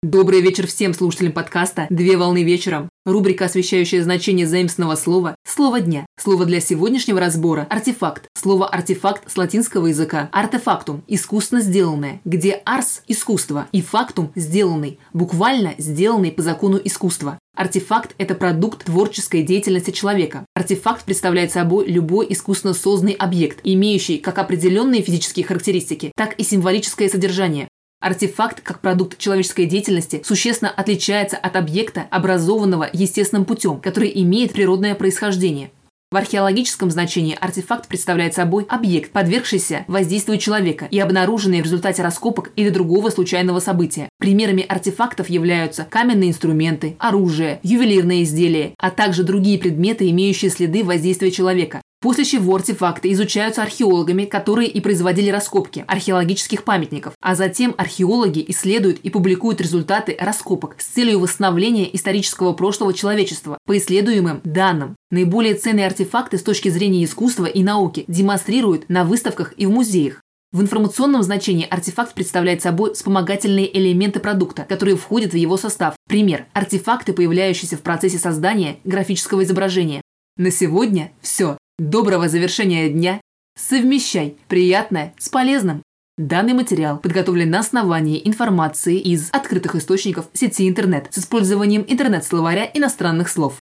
Добрый вечер всем слушателям подкаста «Две волны вечером». Рубрика, освещающая значение заимственного слова «Слово дня». Слово для сегодняшнего разбора – артефакт. Слово «артефакт» с латинского языка «артефактум» – искусственно сделанное, где «арс» – искусство и «фактум» – сделанный, буквально сделанный по закону искусства. Артефакт – это продукт творческой деятельности человека. Артефакт представляет собой любой искусственно созданный объект, имеющий как определенные физические характеристики, так и символическое содержание. Артефакт, как продукт человеческой деятельности, существенно отличается от объекта, образованного естественным путем, который имеет природное происхождение. В археологическом значении артефакт представляет собой объект, подвергшийся воздействию человека и обнаруженный в результате раскопок или другого случайного события. Примерами артефактов являются каменные инструменты, оружие, ювелирные изделия, а также другие предметы, имеющие следы воздействия человека. После чего артефакты изучаются археологами, которые и производили раскопки археологических памятников, а затем археологи исследуют и публикуют результаты раскопок с целью восстановления исторического прошлого человечества по исследуемым данным. Наиболее ценные артефакты с точки зрения искусства и науки демонстрируют на выставках и в музеях. В информационном значении артефакт представляет собой вспомогательные элементы продукта, которые входят в его состав. Пример – артефакты, появляющиеся в процессе создания графического изображения. На сегодня все. Доброго завершения дня. Совмещай приятное с полезным. Данный материал подготовлен на основании информации из открытых источников сети интернет с использованием интернет-словаря иностранных слов.